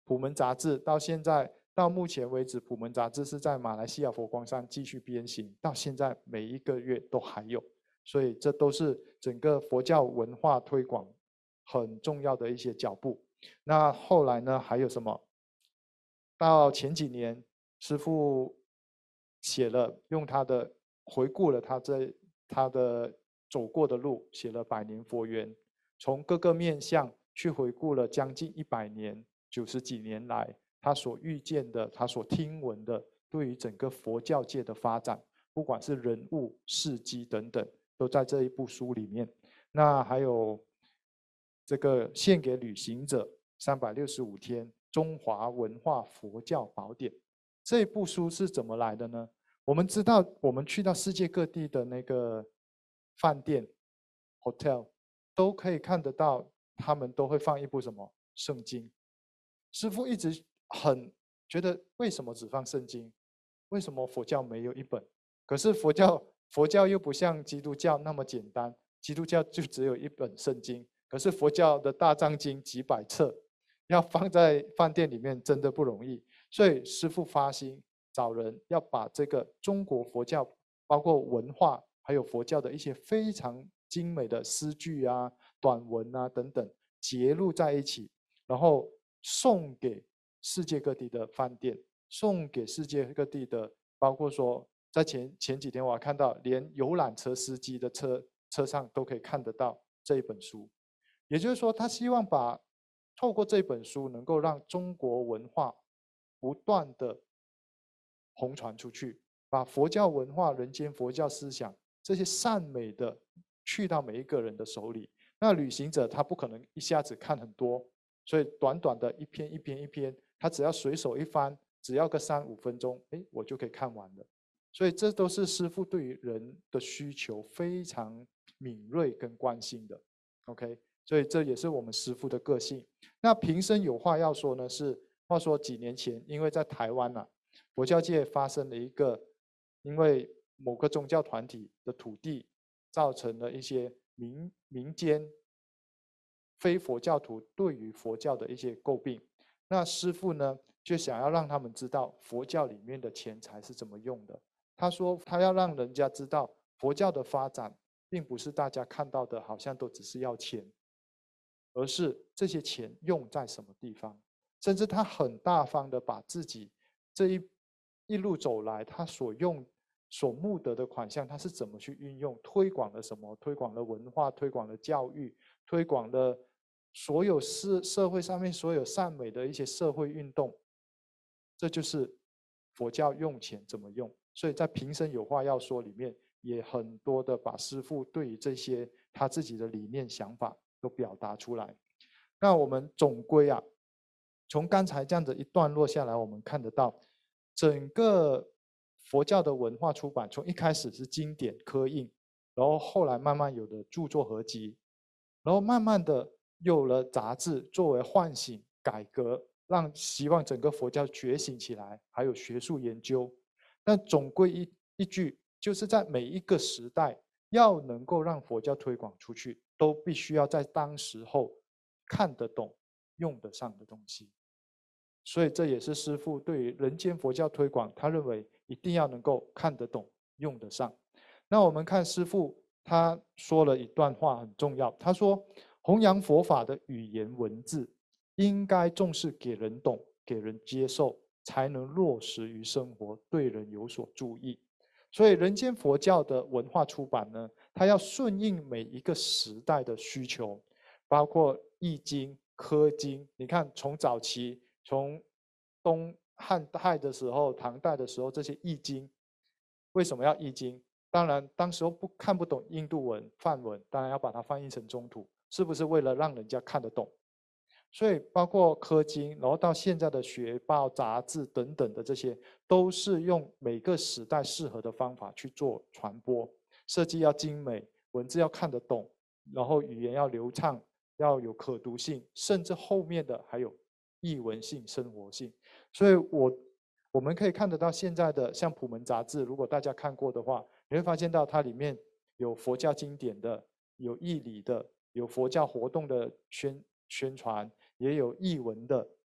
普门杂志到现在到目前为止，普门杂志是在马来西亚佛光山继续编行，到现在每一个月都还有，所以这都是整个佛教文化推广很重要的一些脚步。那后来呢，还有什么？到前几年，师父写了，用他的回顾了他的走过的路，写了百年佛缘，从各个面向去回顾了将近100年、90几年来他所遇见的、他所听闻的，对于整个佛教界的发展，不管是人物、事迹等等，都在这一部书里面。那还有这个献给旅行者365天中华文化佛教宝典，这部书是怎么来的呢？我们知道，我们去到世界各地的那个饭店 hotel 都可以看得到，他们都会放一部什么圣经。师父一直很觉得，为什么只放圣经？为什么佛教没有一本？可是佛教又不像基督教那么简单，基督教就只有一本圣经，可是佛教的大藏经几百册，要放在饭店里面真的不容易。所以师父发心找人要把这个中国佛教，包括文化，还有佛教的一些非常精美的诗句啊、短文啊等等，结录在一起，然后送给世界各地的饭店，送给世界各地的，包括说在前几天我还看到，连游览车司机的车上都可以看得到这一本书。也就是说，他希望透过这本书，能够让中国文化不断的红传出去，把佛教文化、人间佛教思想这些善美的去到每一个人的手里。那旅行者他不可能一下子看很多，所以短短的一篇一篇，他只要随手一翻，只要个3-5分钟，我就可以看完了。所以这都是师父对于人的需求非常敏锐跟关心的。OK， 所以这也是我们师父的个性。那平生有话要说呢，是话说几年前，因为在台湾啊，佛教界发生了一个，因为某个宗教团体的土地造成了一些民间非佛教徒对于佛教的一些诟病。那师父呢，就想要让他们知道佛教里面的钱财是怎么用的。他说他要让人家知道佛教的发展并不是大家看到的好像都只是要钱，而是这些钱用在什么地方。甚至他很大方的把自己这一路走来他所募得的款项，他是怎么去运用，推广了什么，推广了文化，推广了教育，推广了所有社会上面所有善美的一些社会运动。这就是佛教用钱怎么用。所以在平生有话要说里面，也很多的把师父对于这些他自己的理念想法都表达出来。那我们总归啊，从刚才这样的一段落下来，我们看得到整个佛教的文化出版，从一开始是经典刻印，然后后来慢慢有了著作合集，然后慢慢的有了杂志作为唤醒改革，让希望整个佛教觉醒起来，还有学术研究。但总归一句，就是在每一个时代，要能够让佛教推广出去，都必须要在当时候看得懂、用得上的东西。所以这也是师父对于人间佛教推广，他认为一定要能够看得懂、用得上。那我们看师父他说了一段话很重要，他说弘扬佛法的语言文字应该重视给人懂、给人接受，才能落实于生活，对人有所注意。所以人间佛教的文化出版呢，它要顺应每一个时代的需求，包括易经、科经。你看从早期从汉代的时候、唐代的时候，这些易经为什么要易经？当然当时候看不懂印度文、梵文，当然要把它翻译成中土，是不是为了让人家看得懂？所以包括科经，然后到现在的学报、杂志等等的这些，都是用每个时代适合的方法去做传播，设计要精美，文字要看得懂，然后语言要流畅，要有可读性，甚至后面的还有译文性、生活性。所以我们可以看得到现在的像普门杂志，如果大家看过的话，你会发现到它里面有佛教经典的，有义理的，有佛教活动的宣传，也有译文的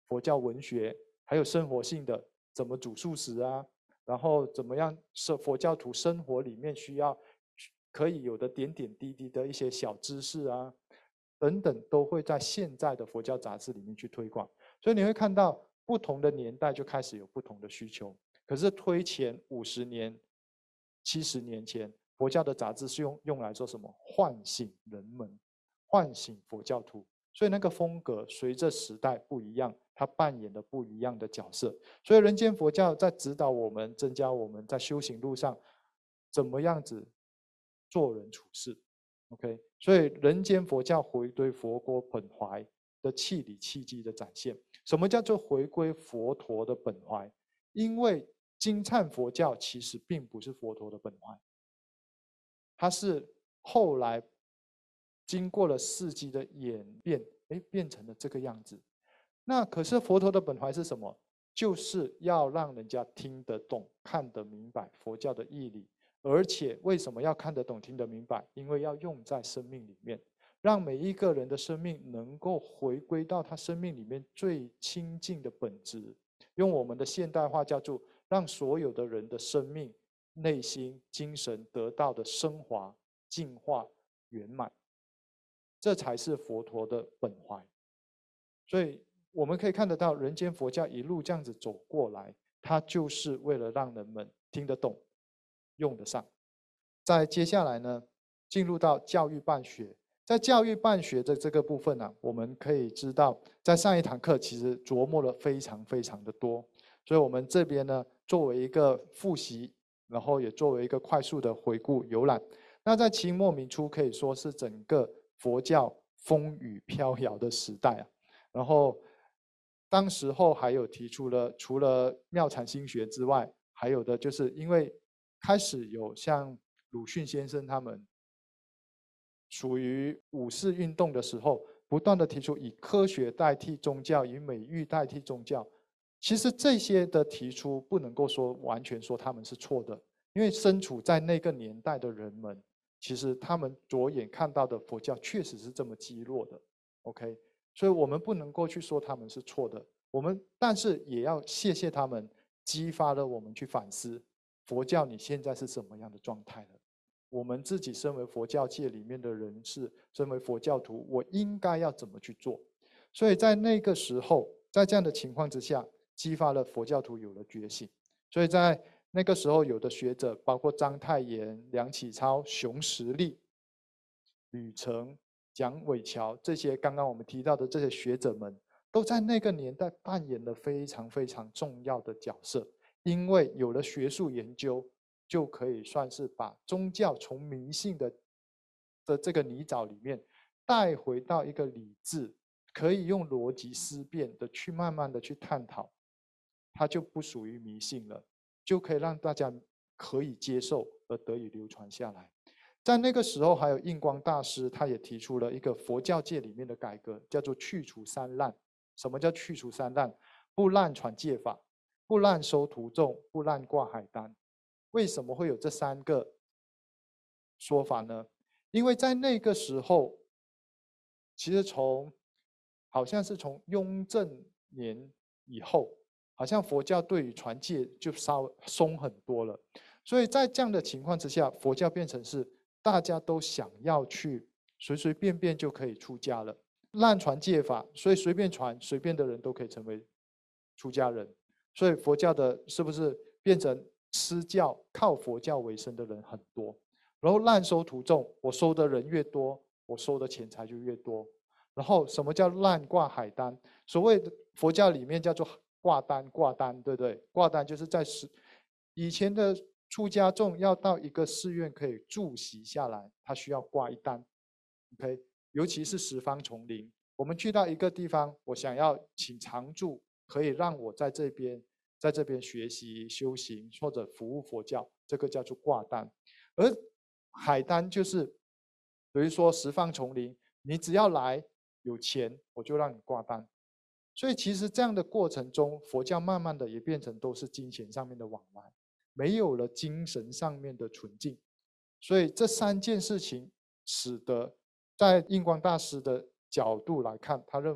佛教文学，还有生活性的，怎么煮素食啊，然后怎么样是佛教徒生活里面需要可以有的点点滴滴的一些小知识啊，等等，都会在现在的佛教杂志里面去推广。所以你会看到不同的年代就开始有不同的需求。可是推前50年、70年前，佛教的杂志是用来做什么？唤醒人们，唤醒佛教徒。所以那个风格随着时代不一样，它扮演了不一样的角色。所以人间佛教在指导我们、增加我们在修行路上怎么样子做人处事。OK， 所以人间佛教回归佛国本怀的气理契机的展现。什么叫做回归佛陀的本怀？因为金灿佛教其实并不是佛陀的本怀，它是后来经过了世纪的演变，变成了这个样子。那可是佛陀的本怀是什么？就是要让人家听得懂、看得明白佛教的义理。而且为什么要看得懂、听得明白？因为要用在生命里面，让每一个人的生命能够回归到他生命里面最亲近的本质。用我们的现代化叫做让所有的人的生命、内心、精神得到的升华、净化、圆满，这才是佛陀的本怀。所以我们可以看得到，人间佛教一路这样子走过来，它就是为了让人们听得懂、用得上。在接下来呢，进入到教育办学。在教育办学的这个部分呢，我们可以知道，在上一堂课其实琢磨了非常非常的多。所以我们这边呢，作为一个复习，然后也作为一个快速的回顾游览。那在清末民初可以说是整个佛教风雨飘摇的时代啊。然后当时候还有提出了除了妙禅心学之外，还有的就是因为开始有像鲁迅先生他们属于五四运动的时候，不断的提出以科学代替宗教，以美育代替宗教。其实这些的提出不能够说完全说他们是错的，因为身处在那个年代的人们，其实他们着眼看到的佛教确实是这么积弱的。OK， 所以我们不能够去说他们是错的，但是也要谢谢他们，激发了我们去反思佛教你现在是什么样的状态了。我们自己身为佛教界里面的人士，身为佛教徒，我应该要怎么去做？所以在那个时候，在这样的情况之下，激发了佛教徒有了觉醒。所以在那个时候，有的学者，包括章太炎、梁启超、熊十力、吕澄、蒋伟桥这些刚刚我们提到的这些学者们，都在那个年代扮演了非常非常重要的角色，因为有了学术研究。就可以算是把宗教从迷信的这个泥沼里面带回到一个理智，可以用逻辑思辨的去慢慢的去探讨，它就不属于迷信了，就可以让大家可以接受而得以流传下来。在那个时候，还有印光大师，他也提出了一个佛教界里面的改革，叫做去除三滥。什么叫去除三滥？不滥传戒法，不滥收徒众，不滥挂海单。为什么会有这3个说法呢？因为在那个时候，其实好像是从雍正年以后，好像佛教对于传戒就稍微松很多了。所以在这样的情况之下，佛教变成是大家都想要去随随便便就可以出家了，滥传戒法，所以随便传，随便的人都可以成为出家人。所以佛教的是不是变成吃教靠佛教为生的人很多？然后滥收徒众，我收的人越多，我收的钱财就越多。然后什么叫滥挂海单？所谓的佛教里面叫做挂单，挂单，对不对？挂单就是以前的出家众要到一个寺院可以住席下来，他需要挂一单。OK， 尤其是十方丛林，我们去到一个地方，我想要请常住，可以让我在这边学习修行或者服务佛教，这个叫做挂单。而海单就是比如说十方丛林，你只要来有钱，我就让你挂单。所以其实这样的过程中，佛教慢慢的也变成都是金钱上面的往来，没有了精神上面的纯净。所以这3件事情使得在印光大师的角度来看，他认为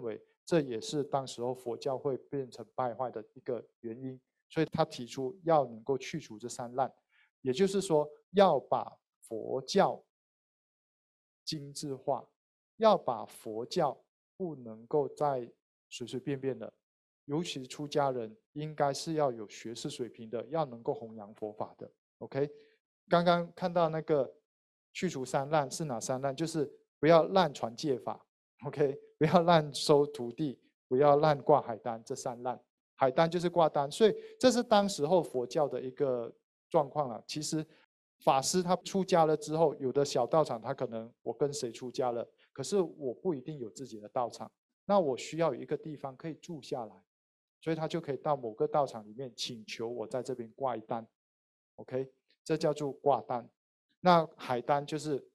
这也是当时候佛教会变成败坏的一个原因。所以他提出要能够去除这三滥，也就是说要把佛教精致化，要把佛教不能够再随随便便的，尤其出家人应该是要有学识水平的，要能够弘扬佛法的。OK， 刚刚看到那个去除三滥是哪三滥？就是不要滥传戒法 ，OK， 不要滥收徒弟，不要滥挂海单，这三滥。海单就是挂单，所以这是当时候佛教的一个状况啊。其实法师他出家了之后，有的小道场他可能我跟谁出家了，可是我不一定有自己的道场，那我需要有一个地方可以住下来，所以他就可以到某个道场里面请求我在这边挂一单 ，OK， 这叫做挂单。那海单就是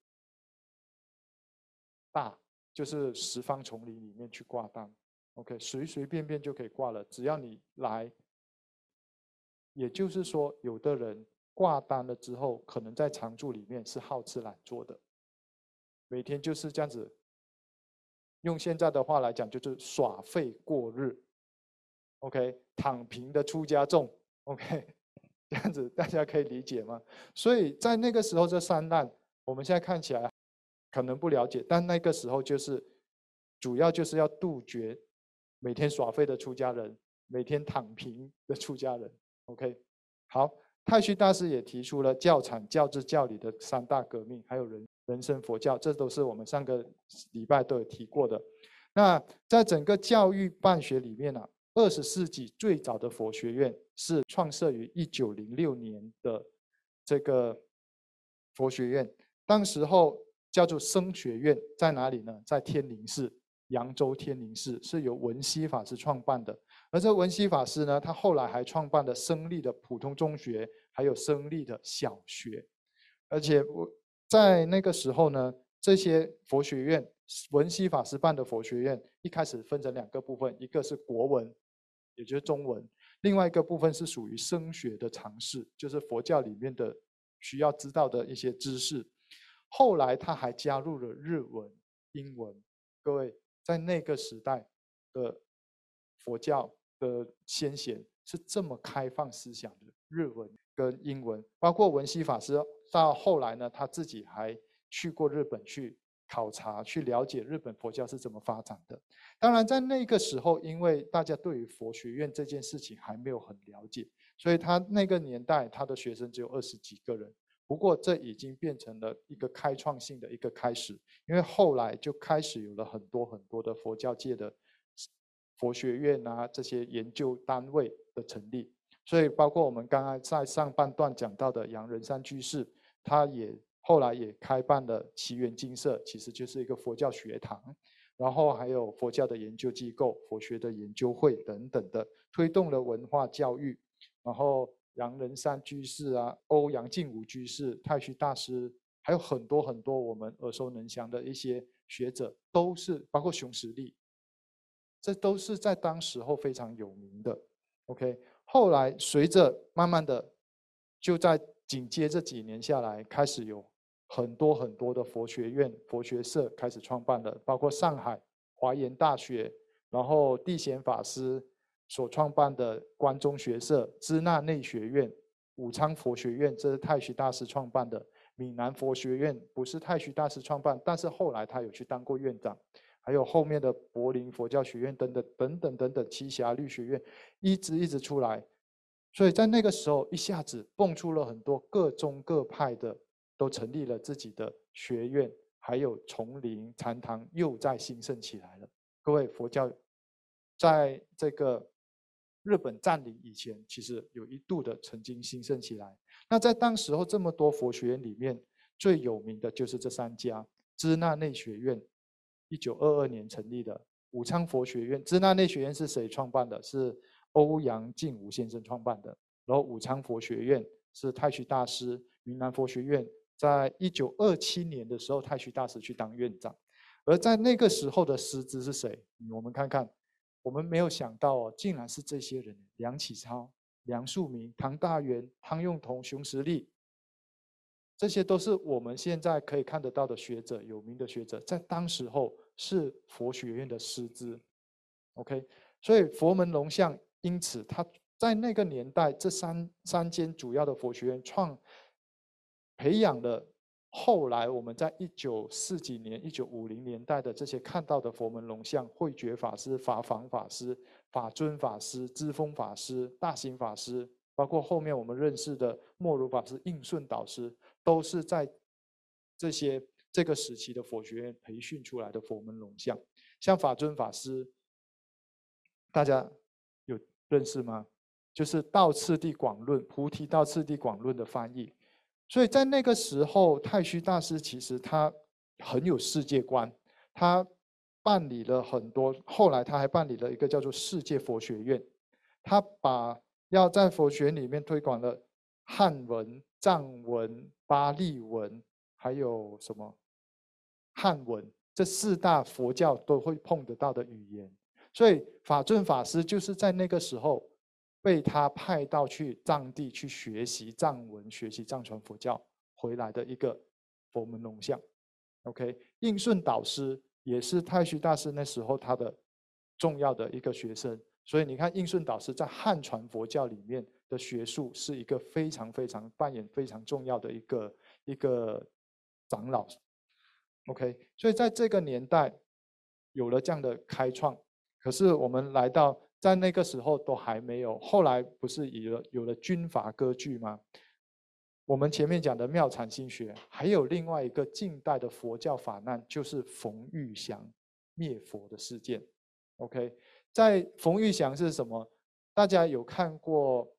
大，就是十方丛林里面去挂单。OK， 随随便便就可以挂了，只要你来。也就是说，有的人挂单了之后，可能在常住里面是好吃懒做的，每天就是这样子。用现在的话来讲，就是耍废过日。OK， 躺平的出家众。OK， 这样子大家可以理解吗？所以在那个时候，这三难我们现在看起来可能不了解，但那个时候就是主要就是要杜绝每天耍废的出家人，每天躺平的出家人。OK， 好，太虚大师也提出了教产、教治、教理的三大革命，还有人生佛教，这都是我们上个礼拜都有提过的。那在整个教育办学里面呢，20世纪最早的佛学院是创设于1906年的这个佛学院，当时候叫做僧学院，在哪里呢？在天宁寺，扬州天宁寺，是由文溪法师创办的。而这文溪法师呢，他后来还创办了僧立的普通中学，还有僧立的小学。而且我在那个时候呢，这些佛学院，文溪法师办的佛学院，一开始分成2个部分，一个是国文，也就是中文；另外一个部分是属于僧学的常识，就是佛教里面的需要知道的一些知识。后来他还加入了日文、英文。各位，在那个时代的佛教的先贤是这么开放思想的，日文跟英文，包括文溪法师到后来呢，他自己还去过日本去考察，去了解日本佛教是怎么发展的。当然，在那个时候，因为大家对于佛学院这件事情还没有很了解，所以他那个年代他的学生只有20几个人。不过这已经变成了一个开创性的一个开始，因为后来就开始有了很多很多的佛教界的佛学院啊，这些研究单位的成立。所以包括我们刚刚在上半段讲到的杨仁山居士，他也后来也开办了奇缘精舍，其实就是一个佛教学堂，然后还有佛教的研究机构、佛学的研究会等等的，推动了文化教育，然后杨仁山居士啊、欧阳靖武居士、太虚大师，还有很多很多我们耳熟能详的一些学者，都是包括熊十力，这都是在当时候非常有名的。OK， 后来随着慢慢的，就在紧接这几年下来，开始有很多很多的佛学院、佛学社开始创办了，包括上海华严大学，然后地显法师所创办的关中学社、支那内学院、武昌佛学院，这是太虚大师创办的；闽南佛学院不是太虚大师创办，但是后来他有去当过院长。还有后面的柏林佛教学院等等等等等等，栖霞律学院一直出来，所以在那个时候一下子蹦出了很多各宗各派的，都成立了自己的学院，还有丛林禅堂又在兴盛起来了。各位，佛教在这个日本占领以前，其实有一度的曾经兴盛起来。那在当时候这么多佛学院里面，最有名的就是这3家：支那内学院。1922年成立的武昌佛学院，支那内学院是谁创办的？是欧阳靖武先生创办的。然后武昌佛学院是太虚大师，云南佛学院在1927年的时候，太虚大师去当院长。而在那个时候的师资是谁？我们看看，我们没有想到哦，竟然是这些人：梁启超、梁漱溟、唐大元、汤用彤、熊十力。这些都是我们现在可以看得到的学者，有名的学者，在当时候是佛学院的师资。 OK， 所以佛门龙象因此它在那个年代，这三间主要的佛学院培养了后来我们在1940几年、1950年代的这些看到的佛门龙象，慧觉法师、法仿法师、法尊法师、知风法师、大行法师，包括后面我们认识的默如法师、应顺导师，都是在这个时期的佛学院培训出来的佛门龙象。像法尊法师，大家有认识吗？就是道次第广论、菩提道次第广论的翻译。所以在那个时候，太虚大师其实他很有世界观，他办理了很多，后来他还办理了一个叫做世界佛学院，他要在佛学里面推广了汉文、藏文、巴利文，还有什么汉文，这4大佛教都会碰得到的语言。所以法尊法师就是在那个时候被他派到去藏地去学习藏文、学习藏传佛教回来的一个佛门龙象。OK， 应顺导师也是太虚大师那时候他的重要的一个学生，所以你看应顺导师在汉传佛教里面的学术是一个非常扮演非常重要的一个长老。OK， 所以在这个年代有了这样的开创，可是我们来到在那个时候都还没有，后来不是有了军阀割据吗？我们前面讲的妙禅心学，还有另外一个近代的佛教法难，就是冯玉祥灭佛的事件。OK， 在冯玉祥是什么？大家有看过？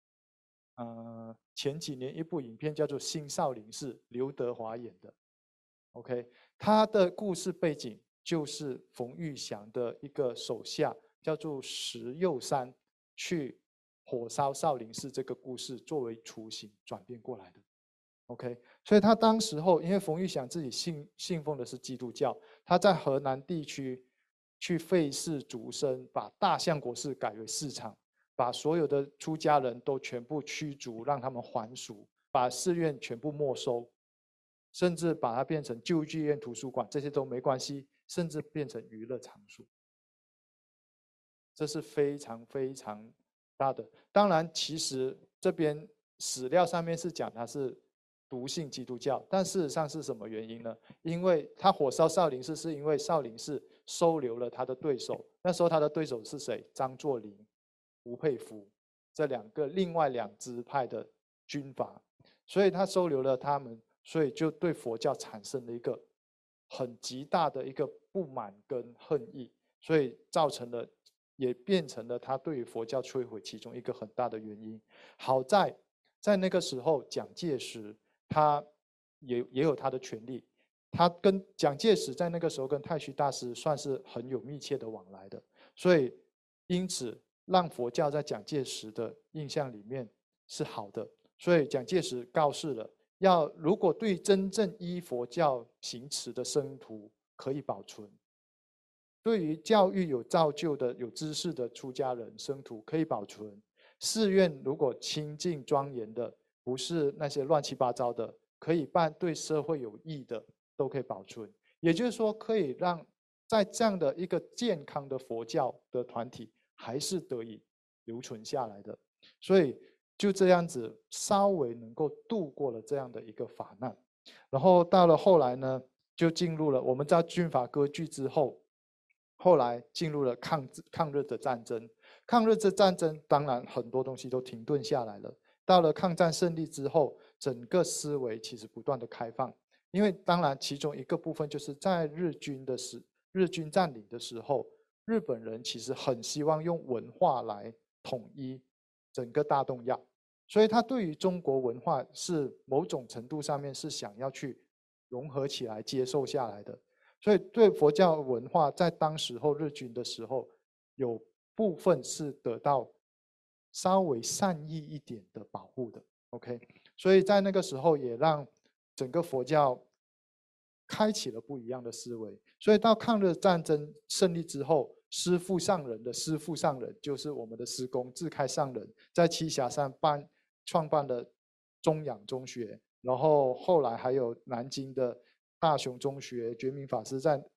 前几年一部影片叫做《新少林寺》，刘德华演的。OK， 他的故事背景就是冯玉祥的一个手下叫做石佑山去火烧少林寺这个故事作为雏形转变过来的。OK， 所以他当时候因为冯玉祥自己信奉的是基督教，他在河南地区去废寺逐僧，把大相国寺改为寺场，把所有的出家人都全部驱逐，让他们还俗，把寺院全部没收。甚至把它变成旧剧院、图书馆，这些都没关系，甚至变成娱乐场所，这是非常大的。当然，其实这边史料上面是讲他是笃信基督教，但事实上是什么原因呢？因为他火烧少林寺，是因为少林寺收留了他的对手。那时候他的对手是谁？张作霖、吴佩孚这另外2支派的军阀，所以他收留了他们。所以就对佛教产生了一个很极大的一个不满跟恨意，所以也变成了他对于佛教摧毁其中一个很大的原因。好在那个时候，蒋介石他也有他的权利，他跟蒋介石在那个时候跟太虚大师算是很有密切的往来的，所以因此让佛教在蒋介石的印象里面是好的，所以蒋介石告示了。如果对真正依佛教行持的僧徒可以保存，对于教育有造就的、有知识的出家人僧徒可以保存，寺院如果清净庄严的，不是那些乱七八糟的，可以办对社会有益的，都可以保存。也就是说，可以让在这样的一个健康的佛教的团体，还是得以留存下来的。所以。就这样子，稍微能够度过了这样的一个法难，然后到了后来呢，就进入了我们在军阀割据之后，后来进入了抗日的战争。抗日的战争当然很多东西都停顿下来了。到了抗战胜利之后，整个思维其实不断的开放，因为当然其中一个部分就是在日军占领的时候，日本人其实很希望用文化来统一整个大东亚。所以他对于中国文化是某种程度上面是想要去融合起来、接受下来的。所以对佛教文化在当时候日军的时候，有部分是得到稍微善意一点的保护的。OK， 所以在那个时候也让整个佛教开启了不一样的思维。所以到抗日战争胜利之后，师父上人的师父上人就是我们的师公智开上人，在栖霞山创办了中养中学，然后后来还有南京的大雄中学，觉明法师在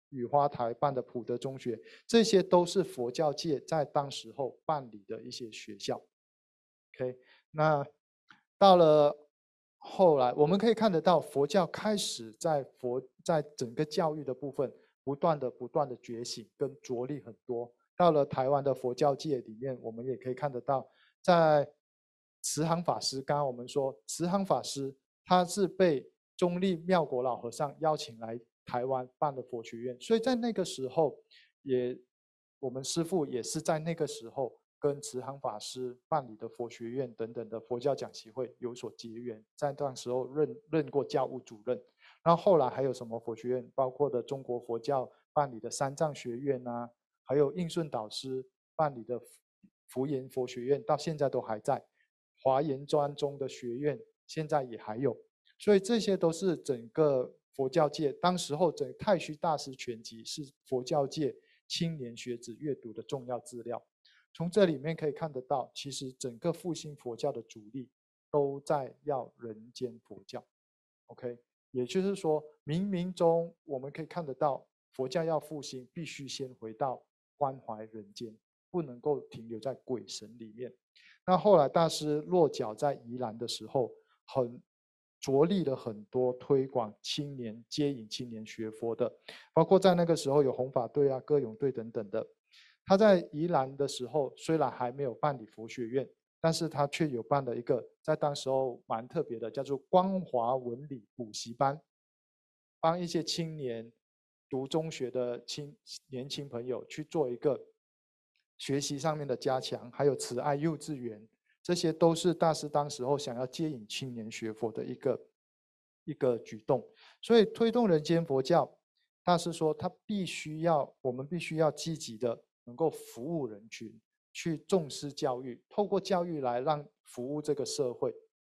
雨花台办的普德中学，这些都是佛教界在当时候办理的一些学校。OK， 那到了后来，我们可以看得到佛教开始在整个教育的部分不断的觉醒跟着力很多。到了台湾的佛教界里面，我们也可以看得到，在慈航法师，刚刚我们说慈航法师他是被中立妙国老和尚邀请来台湾办的佛学院，所以在那个时候我们师父也是在那个时候跟慈航法师办理的佛学院等等的佛教讲习会有所结缘，在那时候任过教务主任。然后后来还有什么佛学院，包括的中国佛教办理的三藏学院啊，还有应顺导师办理的福研佛学院，到现在都还在。华严专宗的学院现在也还有，所以这些都是整个佛教界当时候整太虚大师全集是佛教界青年学子阅读的重要资料。从这里面可以看得到，其实整个复兴佛教的主力都在要人间佛教。OK， 也就是说，冥冥中我们可以看得到，佛教要复兴，必须先回到关怀人间，不能够停留在鬼神里面。那后来大师落脚在宜兰的时候，很着力了很多推广青年、接引青年学佛的，包括在那个时候有弘法队啊、歌咏队等等的。他在宜兰的时候，虽然还没有办理佛学院，但是他却有办了一个在当时候蛮特别的，叫做光华文理补习班，帮一些青年读中学的年轻朋友去做一个学习上面的加强，还有慈爱幼稚园，这些都是大师当时候想要接引青年学佛的一个举动。所以推动人间佛教，大师说我们必须要积极的能够服务人群，去重视教育，透过教育来让服务这个社会。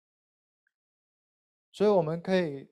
所以我们可以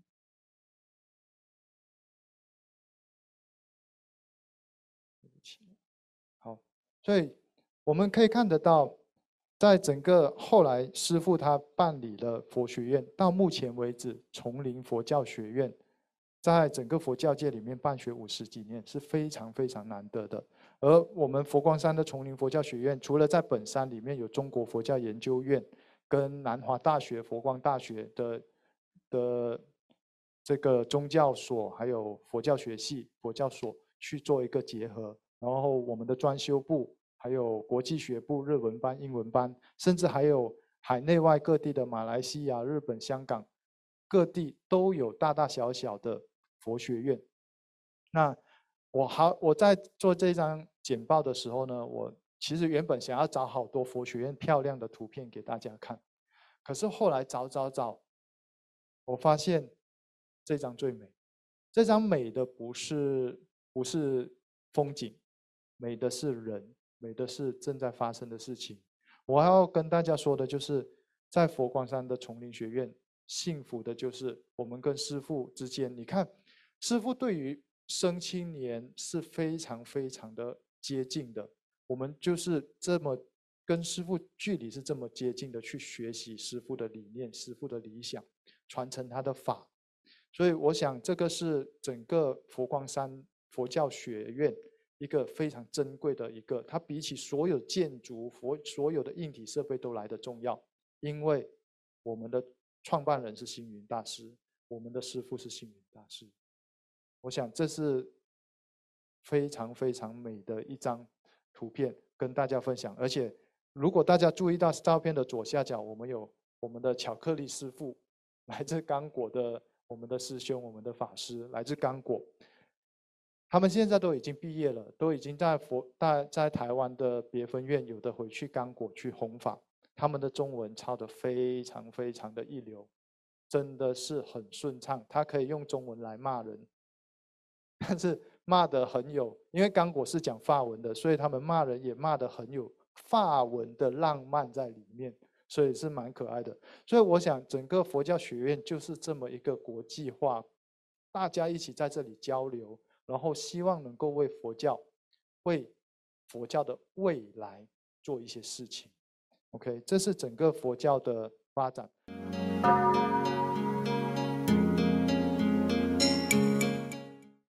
好，所以我们可以看得到，在整个后来师父他办理了佛学院，到目前为止，丛林佛教学院在整个佛教界里面办学50几年是非常非常难得的。而我们佛光山的丛林佛教学院，除了在本山里面有中国佛教研究院跟南华大学、佛光大学的这个宗教所，还有佛教学系、佛教所去做一个结合。然后我们的专修部，还有国际学部、日文班、英文班，甚至还有海内外各地的马来西亚、日本、香港各地都有大大小小的佛学院。那我在做这张简报的时候呢，我其实原本想要找好多佛学院漂亮的图片给大家看，可是后来找，我发现这张最美。这张美的不是风景，美的是人，美的是正在发生的事情。我要跟大家说的就是，在佛光山的丛林学院，幸福的就是我们跟师父之间，你看，师父对于生青年是非常非常的接近的，我们就是这么跟师父距离是这么接近的去学习师父的理念、师父的理想，传承他的法。所以我想，这个是整个佛光山佛教学院一个非常珍贵的一个，它比起所有建筑、所有的硬体设备都来得重要，因为我们的创办人是星云大师，我们的师父是星云大师。我想这是非常非常美的一张图片，跟大家分享。而且，如果大家注意到照片的左下角，我们有我们的巧克力师父，来自刚果的。我们的师兄，我们的法师来自刚果，他们现在都已经毕业了，都已经在台湾的别分院，有的回去刚果去弘法。他们的中文抄得非常非常的一流，真的是很顺畅。他可以用中文来骂人，但是骂得很有，因为刚果是讲法文的，所以他们骂人也骂得很有法文的浪漫在里面。所以是蛮可爱的，所以我想整个佛教学院就是这么一个国际化，大家一起在这里交流，然后希望能够为佛教的未来做一些事情。OK， 这是整个佛教的发展。